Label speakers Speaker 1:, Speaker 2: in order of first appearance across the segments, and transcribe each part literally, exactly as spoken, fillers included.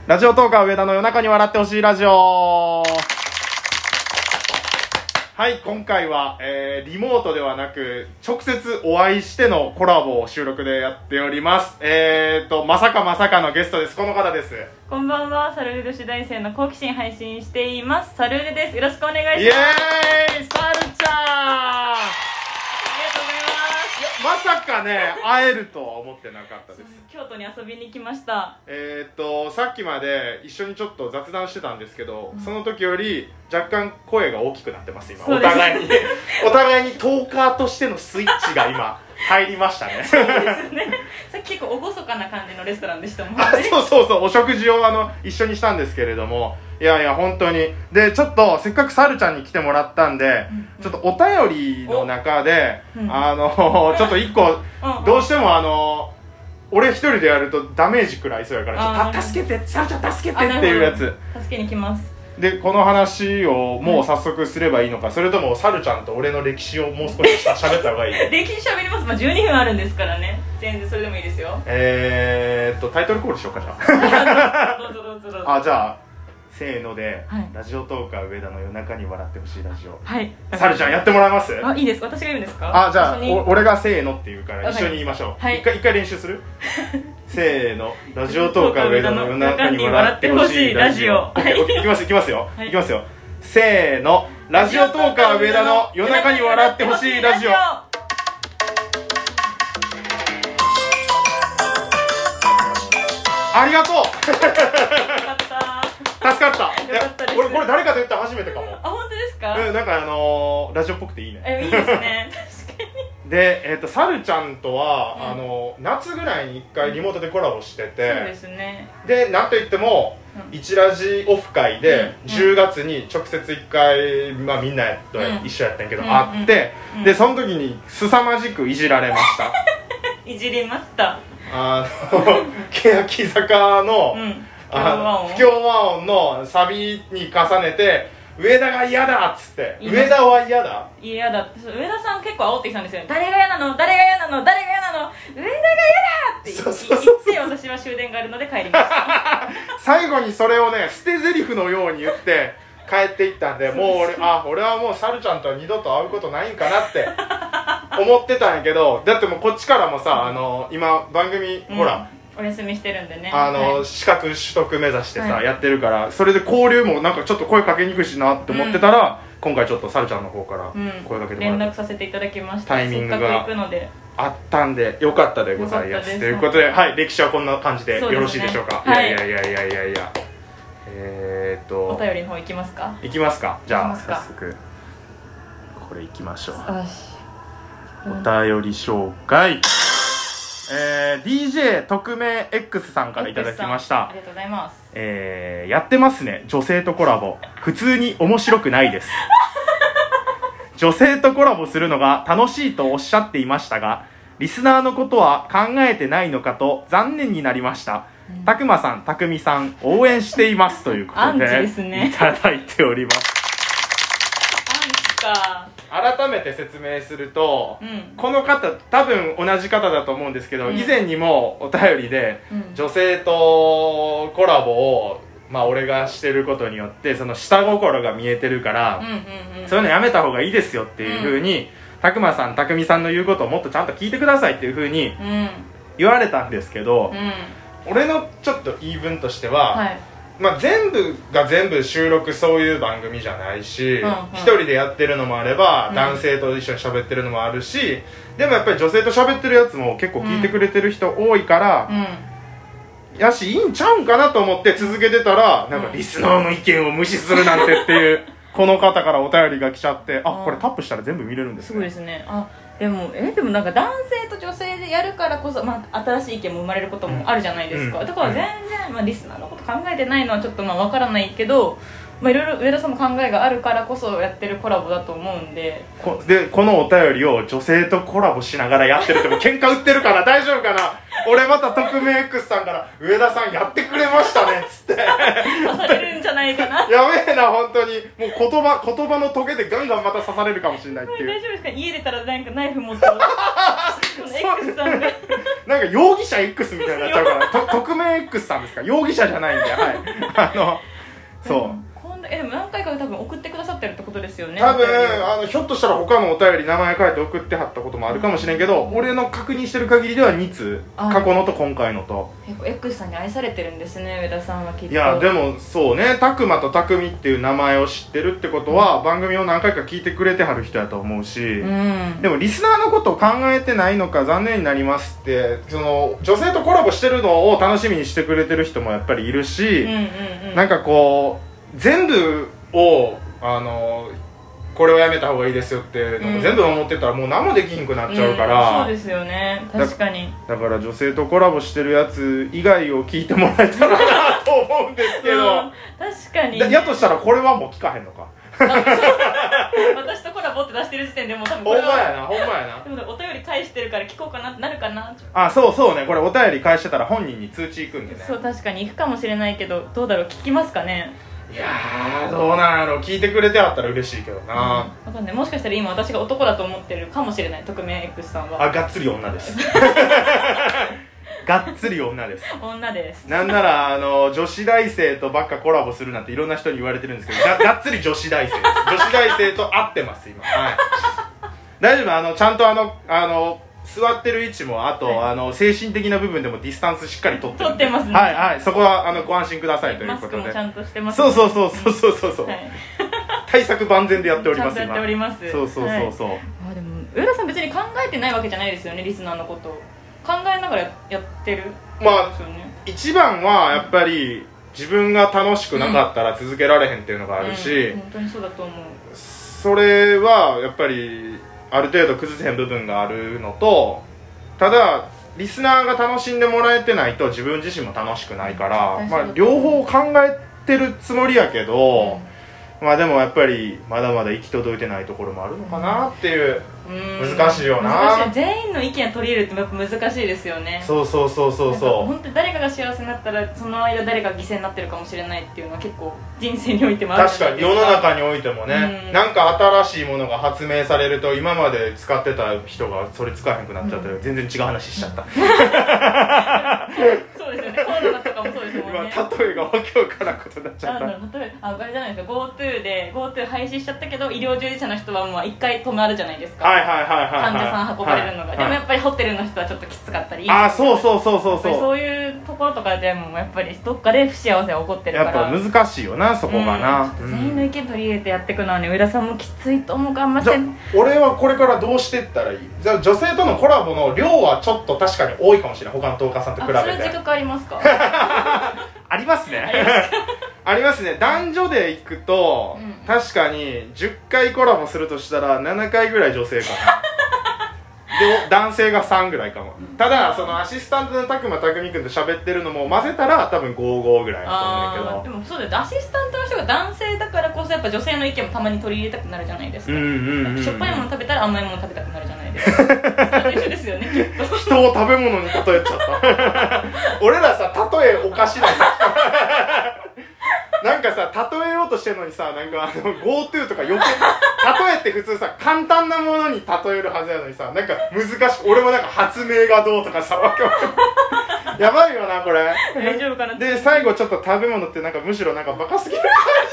Speaker 1: ラジオトーカー上田の夜中に笑ってほしいラジオ。はい、今回は、えー、リモートではなく直接お会いしてのコラボを収録でやっております。えーとまさかまさかのゲストです。この方です。
Speaker 2: こんばんは。サルール女子大生の好奇心配信しています。サルールです。よろしくお願いします。
Speaker 1: イエーイ、サルちゃん。まさかね会えるとは思ってなかったです。
Speaker 2: 京都に遊びに来ました。
Speaker 1: えー、っとさっきまで一緒にちょっと雑談してたんですけど、うん、その時より若干声が大きくなってます今。お互いにお互いにトーカーとしてのスイッチが今入りましたね。
Speaker 2: そうですね。さっき結構厳かな感じのレストランでしたもんね。
Speaker 1: あ、そうそうそう、お食事をあの一緒にしたんですけれども、いやいや本当にでちょっとせっかくサルちゃんに来てもらったんで、うんうん、ちょっとお便りの中で、うん、あのちょっと一個どうしてもあの俺一人でやるとダメージ食らいそうやからちょっと助けてサルちゃん助けてっていうやつ。
Speaker 2: 助けに来ます。
Speaker 1: でこの話をもう早速すればいいのか、それともサルちゃんと俺の歴史をもう少ししゃべった方がいい？
Speaker 2: 歴史しゃべります。まあじゅうにふんあるんですからね。全然それでもいいですよ。
Speaker 1: えーっとタイトルコールしようかじゃあ。
Speaker 2: どうぞどうぞどうぞ。
Speaker 1: あ、じゃあせーので、
Speaker 2: はい、
Speaker 1: ラジオトーカー上田の夜中に笑ってほしいラジオ。
Speaker 2: はい。
Speaker 1: サルちゃんやってもらえます？
Speaker 2: あ、いいです。私が言うんですか？
Speaker 1: あ、じゃあ俺がせーのって言うから一緒に言いましょう。はい。一回一回練習する？せーの、ラジオトーカー上田の夜中に笑ってほしいラジオ。はい。いきますいきますよ。いきますよ。せーの、ラジオトーカー上田の夜中に笑ってほしいラジオ。ありがとう。助かった。いや俺これ誰かと言ったら初めてかも。
Speaker 2: あ、本当ですか？
Speaker 1: うん、なんかあのー、ラジオっぽくていいね。
Speaker 2: え、いいですね。確かに。で、
Speaker 1: えっとサルちゃんとは、うん、あの夏ぐらいに一回リモートでコラボしてて、
Speaker 2: そうですね。
Speaker 1: で、なんといっても、うん、いちラジオフ会で、うん、じゅうがつに直接一回、まあみんなと一緒やったんやけど、うん、会って、うん、でその時に凄まじくいじられました。
Speaker 2: いじりました。
Speaker 1: あの欅坂の、うん不協和音のサビに重ねて上田が嫌だっつって、上田は嫌だ
Speaker 2: 嫌だって、上田さん結構煽ってきたんですよ。誰が嫌なの誰が嫌なの誰が嫌なの上田が嫌だって言って私は終電があるので帰りました
Speaker 1: 最後にそれをね捨て台詞のように言って帰っていったんで、もう俺あ俺はもうサルちゃんとは二度と会うことないんかなって思ってたんやけど、だってもうこっちからもさ、あの今番組、うん、ほら
Speaker 2: お休みしてるんでね、
Speaker 1: あの、はい、資格取得目指してさ、はい、やってるから、それで交流もなんかちょっと声かけにくいしなって思ってたら、うん、今回ちょっとサルちゃんの方から声かけてもらって、
Speaker 2: うん、連絡させていただきました。
Speaker 1: タイミングがあったんでよかったでございますということで、はい、歴史はこんな感じでよろしいでしょうか。う、ね、いやいやいやいやいやいや、えー、っと
Speaker 2: お便りの方いきますか？
Speaker 1: いきますか。じゃあ早速これいきましょう。お便り紹介、えー、ディージェー 特命 X さんからいただきました。
Speaker 2: ありがとうございます。
Speaker 1: えー、やってますね女性とコラボ。普通に面白くないです女性とコラボするのが楽しいとおっしゃっていましたが、リスナーのことは考えてないのかと残念になりました。うん、たくまさん、たくみさん応援していますということで、
Speaker 2: ですね、
Speaker 1: いただいております。
Speaker 2: アンチか。
Speaker 1: 改めて説明すると、うん、この方多分同じ方だと思うんですけど、うん、以前にもお便りで、うん、女性とコラボを、まあ、俺がしてることによってその下心が見えてるから、うんうんうん、そういうのやめた方がいいですよっていう風に、たくまさん、たくみさんの言うことをもっとちゃんと聞いてくださいっていう風に言われたんですけど、うん、俺のちょっと言い分としては、はい、まあ、全部が全部収録そういう番組じゃないし、うんうん、一人でやってるのもあれば、うん、男性と一緒に喋ってるのもあるし、でもやっぱり女性と喋ってるやつも結構聞いてくれてる人多いから、うん、やしいいんちゃうんかなと思って続けてたら、なんかリスナーの意見を無視するなんてっていうこの方からお便りが来ちゃって、あ、これタップしたら全部見れるんですね。
Speaker 2: すごいですね。あ、でもえでもなんか男性と女性でやるからこそ、まあ、新しい意見も生まれることもあるじゃないですか、うん、だから全然、まあ、リスナーのこと考えてないのはちょっとまあ分からないけど、まあ、いろいろ上田さんの考えがあるからこそやってるコラボだと思うんで、
Speaker 1: こでこのお便りを女性とコラボしながらやってるっても喧嘩売ってるかな大丈夫かな俺また匿名 X さんから上田さんやってくれましたねっつって
Speaker 2: 刺されるんじゃないかな
Speaker 1: やべえな本当に。もう言葉言葉のトゲでガンガンまた刺されるかもしれないっていう。
Speaker 2: 大丈夫ですか？家出たらなんかナイフ持ってX さんが
Speaker 1: なんか容疑者 X みたいになっちゃうからと匿名 X さんですか、容疑者じゃないんで、はいあのそう
Speaker 2: えでも何回か多分送ってくださってるってことですよね。
Speaker 1: 多分あのひょっとしたら他のお便り名前書いて送ってはったこともあるかもしれんけど、うん、俺の確認してる限りではにつう、過去のと今回のと。
Speaker 2: 結構 X さんに愛されてるんですね、上田さんはきっと。
Speaker 1: いやでもそうね、たくまとたくみっていう名前を知ってるってことは、うん、番組を何回か聞いてくれてはる人やと思うし、うん、でもリスナーのことを考えてないのか残念になりますって、その女性とコラボしてるのを楽しみにしてくれてる人もやっぱりいるし、うんうんうん、なんかこう全部をあのこれをやめた方がいいですよっていうのを全部思ってたらもう何もできひんくなっちゃうから、
Speaker 2: うんうん、そうですよね、確かに。
Speaker 1: だ, だから女性とコラボしてるやつ以外を聞いてもらえたらなと思うんですけど、うん、
Speaker 2: 確かに。
Speaker 1: やとしたらこれはもう聞かへんのか
Speaker 2: 私とコラボって出してる時点でもう多分これは
Speaker 1: ほんまやなほんまやな。
Speaker 2: でもお便り返してるから聞こうかなってなるかな。
Speaker 1: あ、そうそうね、これお便り返してたら本人に通知行くんでね。
Speaker 2: そう、確かに行くかもしれないけど、どうだろう、聞きますかね。
Speaker 1: いやーどうなんやろ、聞いてくれてあったら嬉しいけどな、
Speaker 2: うん、分かんない、もしかしたら今私が男だと思ってるかもしれない、匿名 X さんは。
Speaker 1: あ、がっつり女ですがっつり女です
Speaker 2: 女です。
Speaker 1: なんならあの女子大生とばっかコラボするなんていろんな人に言われてるんですけど、が, がっつり女子大生です。女子大生と会ってます今、はい、大丈夫、あのちゃんとあのあの座ってる位置もあと、はい、あの精神的な部分でもディスタンスしっかり取ってる、
Speaker 2: 取ってますね。
Speaker 1: はいはい、そこはあのご安心くださいということで。
Speaker 2: マスクもちゃんとしてます、
Speaker 1: ね、そうそうそうそうそうそうそう、はい、対策万全でやっております。
Speaker 2: ちゃんとやっております。
Speaker 1: そうそうそうそう、はい、
Speaker 2: あでも上田さん別に考えてないわけじゃないですよね、リスナーのことを考えながらやってる、
Speaker 1: まあですよね。一番はやっぱり自分が楽しくなかったら続けられへんっていうのがあるし、うんうん、
Speaker 2: 本当にそうだと思う。
Speaker 1: それはやっぱりある程度崩せへん部分があるのと、ただリスナーが楽しんでもらえてないと自分自身も楽しくないから、まあ、両方考えてるつもりやけど、うん、まあでもやっぱりまだまだ行き届いてないところもあるのかなっていう、うん、難しいよな。
Speaker 2: 難しい、全員の意見取り入れるってやっぱ難しいですよね。
Speaker 1: そうそうそうそうそう、
Speaker 2: 本当に誰かが幸せになったらその間誰かが犠牲になってるかもしれないっていうのは結構人生においてもあるじゃないですか。
Speaker 1: 確かに世の中においてもね、うん、なんか新しいものが発明されると今まで使ってた人がそれ使えへんくなっちゃったら、うん、全然違う話しちゃった、うん、
Speaker 2: そうですよね、コロナとかもそうですもんね。
Speaker 1: 今例えがわけわからんことになっちゃった。
Speaker 2: あの例えああれじゃないですか、 GoTo で GoTo 廃止しちゃったけど医療従事者の人はもう一回止まるじゃないですか。
Speaker 1: はいはいはいはい、
Speaker 2: 患者さん運ばれるのが、はい、でもやっぱりホテルの人はちょっときつかったり、
Speaker 1: あ、そうそうそうそうそう、
Speaker 2: そういうところとかでもやっぱりどっかで不幸せが起こってるから、
Speaker 1: やっぱ難しいよなそこがな、
Speaker 2: うん、全員の意見取り入れてやっていくのはね、上田さんもきついと思うかもしれない。
Speaker 1: 俺はこれからどうしていったらいい？じゃあ女性とのコラボの量はちょっと確かに多いかもしれない、他のトーカーさんと比べて。
Speaker 2: あ、それ自覚ありますか？
Speaker 1: ありますねありますね。男女でいくと、うん、確かにじゅっかいコラボするとしたらななかいぐらい女性かなで男性がさんぐらいかも。ただそのアシスタントのたくまたくみくんと喋ってるのも混ぜたら多分ごじゅうごぐらいだと思うんだけど、
Speaker 2: でもそうだよ、アシスタントの人が男性だからこそやっぱ女性の意見もたまに取り入れたくなるじゃないですか。うんうんうんうん、しょっぱいもの食べたら甘いもの食べたくなるじゃないですかそれと一緒ですよねきっと。
Speaker 1: 人を食べ物に例えちゃった俺らさ例えおかしないさなんかさ例えようとしてるのにさ、なんかあの GoTo とか余計例えって普通さ簡単なものに例えるはずやのにさ、なんか難しく、俺もなんか発明がどうとかさ、わけわかんやばいよなこれ。
Speaker 2: 大丈夫かな。
Speaker 1: で最後ちょっと食べ物ってなんかむしろなんかバカすぎる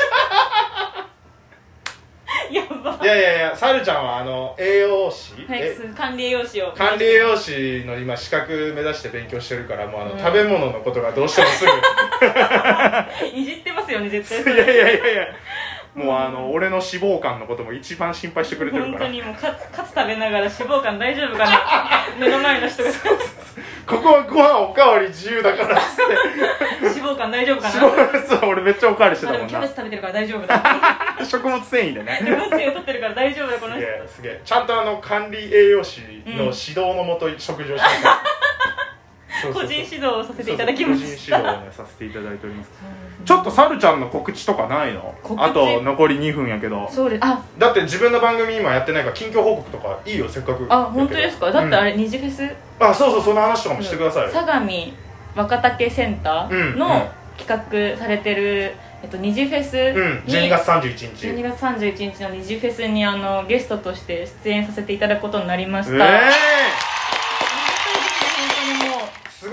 Speaker 2: やばい。
Speaker 1: いやいやいや、サルちゃんはあの栄養士、
Speaker 2: はい、管理栄養士を
Speaker 1: 管理栄養士の今資格目指して勉強してるから、もうあの、うん、食べ物のことがどうしてもすぐ
Speaker 2: いじってますよね絶対。
Speaker 1: いやいやいやいや、もうあの、うん、俺の脂肪肝のことも一番心配してくれてるから。
Speaker 2: 本当にもうカツ食べながら脂肪肝大丈夫かな目の前の人が
Speaker 1: ここはご飯おかわり自由だからっつって
Speaker 2: 脂肪肝大丈夫かな。
Speaker 1: そう俺めっちゃおかわりしてたもんな。
Speaker 2: キャベツ食べてるから大丈夫だ
Speaker 1: 食物繊維でね、
Speaker 2: 食物繊維を取ってるから大丈夫だこの人。
Speaker 1: すげえすげえ、ちゃんとあの管理栄養士の指導のもと食事をしてるから、うん、
Speaker 2: 個人指導をさせていただきました。
Speaker 1: 個人指導を、ね、させていただいております。ちょっとサルちゃんの告知とかないの？あと残りにふんやけど。
Speaker 2: そうです。あ、
Speaker 1: だって自分の番組今やってないから近況報告とかいいよ、せっかく。
Speaker 2: あ、本当ですか？だってあれ、うん、二次フェス、
Speaker 1: あ、そうそう、その話とかもしてくださいよ。
Speaker 2: 相模若竹センターの企画されてる、えっと、二次フェスに、
Speaker 1: うん、じゅうにがつさんじゅういちにち、
Speaker 2: じゅうにがつさんじゅういちにちの二次フェスにあのゲストとして出演させていただくことになりました。
Speaker 1: えー、
Speaker 2: 本当にもう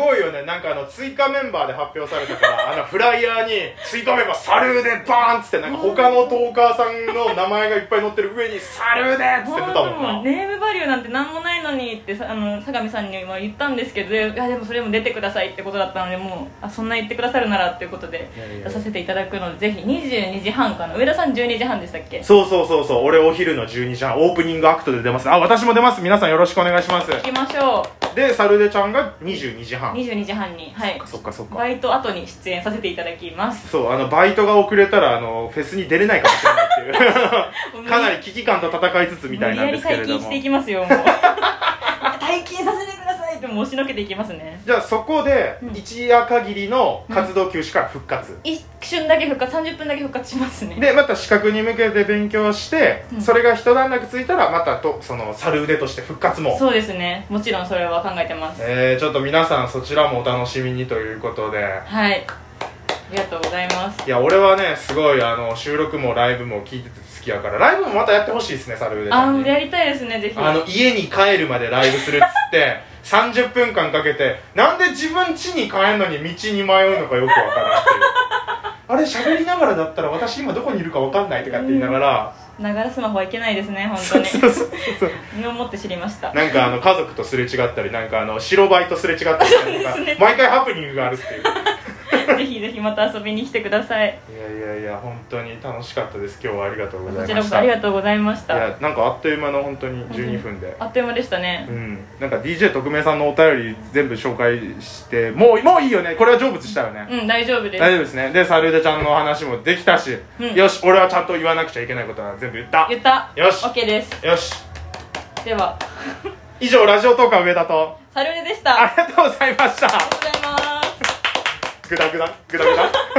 Speaker 1: ごいよね。なんかあの追加メンバーで発表されたからあのフライヤーに追加メンバーサルーデバーンっつってなんか他のトーカーさんの名前がいっぱい載ってる上にサルーデっつって出たもんな。
Speaker 2: ネームバリューなんて何もないのにってさあの相模さんにも言ったんですけど、いやでもそれも出てくださいってことだったので、もうあそんな言ってくださるならっていうことで出させていただくので、ぜひにじゅうにじはんかな。上田さんじゅうにじはんでしたっけ？
Speaker 1: そうそうそうそう、俺お昼のじゅうにじはんオープニングアクトで出ます。あ、私も出ます。皆さんよろしくお願いします。
Speaker 2: 行きましょう。
Speaker 1: でサルデちゃんがにじゅうにじはん
Speaker 2: にじゅうにじはんに、はい、
Speaker 1: そっかそっかそっか、
Speaker 2: バイト後に出演させていただきます。
Speaker 1: そう、あのバイトが遅れたらあのフェスに出れないかもしれないっていうかなり危機感と戦いつつみたいなんですけれども、
Speaker 2: 無理やり解禁していきますよもう退勤させてくださいってもう押しのけていきますね。
Speaker 1: じゃあそこで一夜限りの活動休止から復活、うん、
Speaker 2: 一瞬だけ復活、さんじゅっぷんだけ復活しますね。
Speaker 1: でまた資格に向けて勉強して、うん、それが一段落ついたらまたとその猿腕として復活も。
Speaker 2: そうですね、もちろんそれは考えてます。
Speaker 1: えー、ちょっと皆さんそちらもお楽しみにということで、
Speaker 2: はい、ありがとうございます。
Speaker 1: いや俺はねすごいあの収録もライブも聞いてて好きやから、ライブもまたやってほしいですね。猿腕ちゃんに
Speaker 2: あやりたいですね、ぜひ。
Speaker 1: あの家に帰るまでライブするっつってさんじゅっぷんかんかけて、なんで自分家に帰るのに道に迷うのかよくわからんっていうあれ喋りながらだったら私今どこにいるかわかんないとかって言いながら、
Speaker 2: ながらスマホはいけないですね、本当に。
Speaker 1: そうそうそうそう
Speaker 2: 身をもって知りました。
Speaker 1: なんかあの家族とすれ違ったり、なんかあの白バイとすれ違ったりとか、ね、毎回ハプニングがあるっていう
Speaker 2: ぜひぜひまた遊びに来てください。
Speaker 1: いやいやいや本当に楽しかったです。今日はありがとうございました。
Speaker 2: こちらこそありがとうございました。
Speaker 1: いやなんかあっという間の本当にじゅうにふんで、
Speaker 2: あっという間でしたね。
Speaker 1: うん、なんか ディージェー 特命さんのお便り全部紹介してもうもういいよね。これは成仏したよね。
Speaker 2: うん大丈夫です。
Speaker 1: 大丈夫ですね。でサルデちゃんの話もできたし、うん、よし俺はちゃんと言わなくちゃいけないことは全部言った
Speaker 2: 言った
Speaker 1: よし
Speaker 2: OK です。
Speaker 1: よし
Speaker 2: では
Speaker 1: 以上ラジオトーカー上田と
Speaker 2: サルデでした。
Speaker 1: ありがとうございました。
Speaker 2: ありがとうございます。
Speaker 1: グダグダグダグダ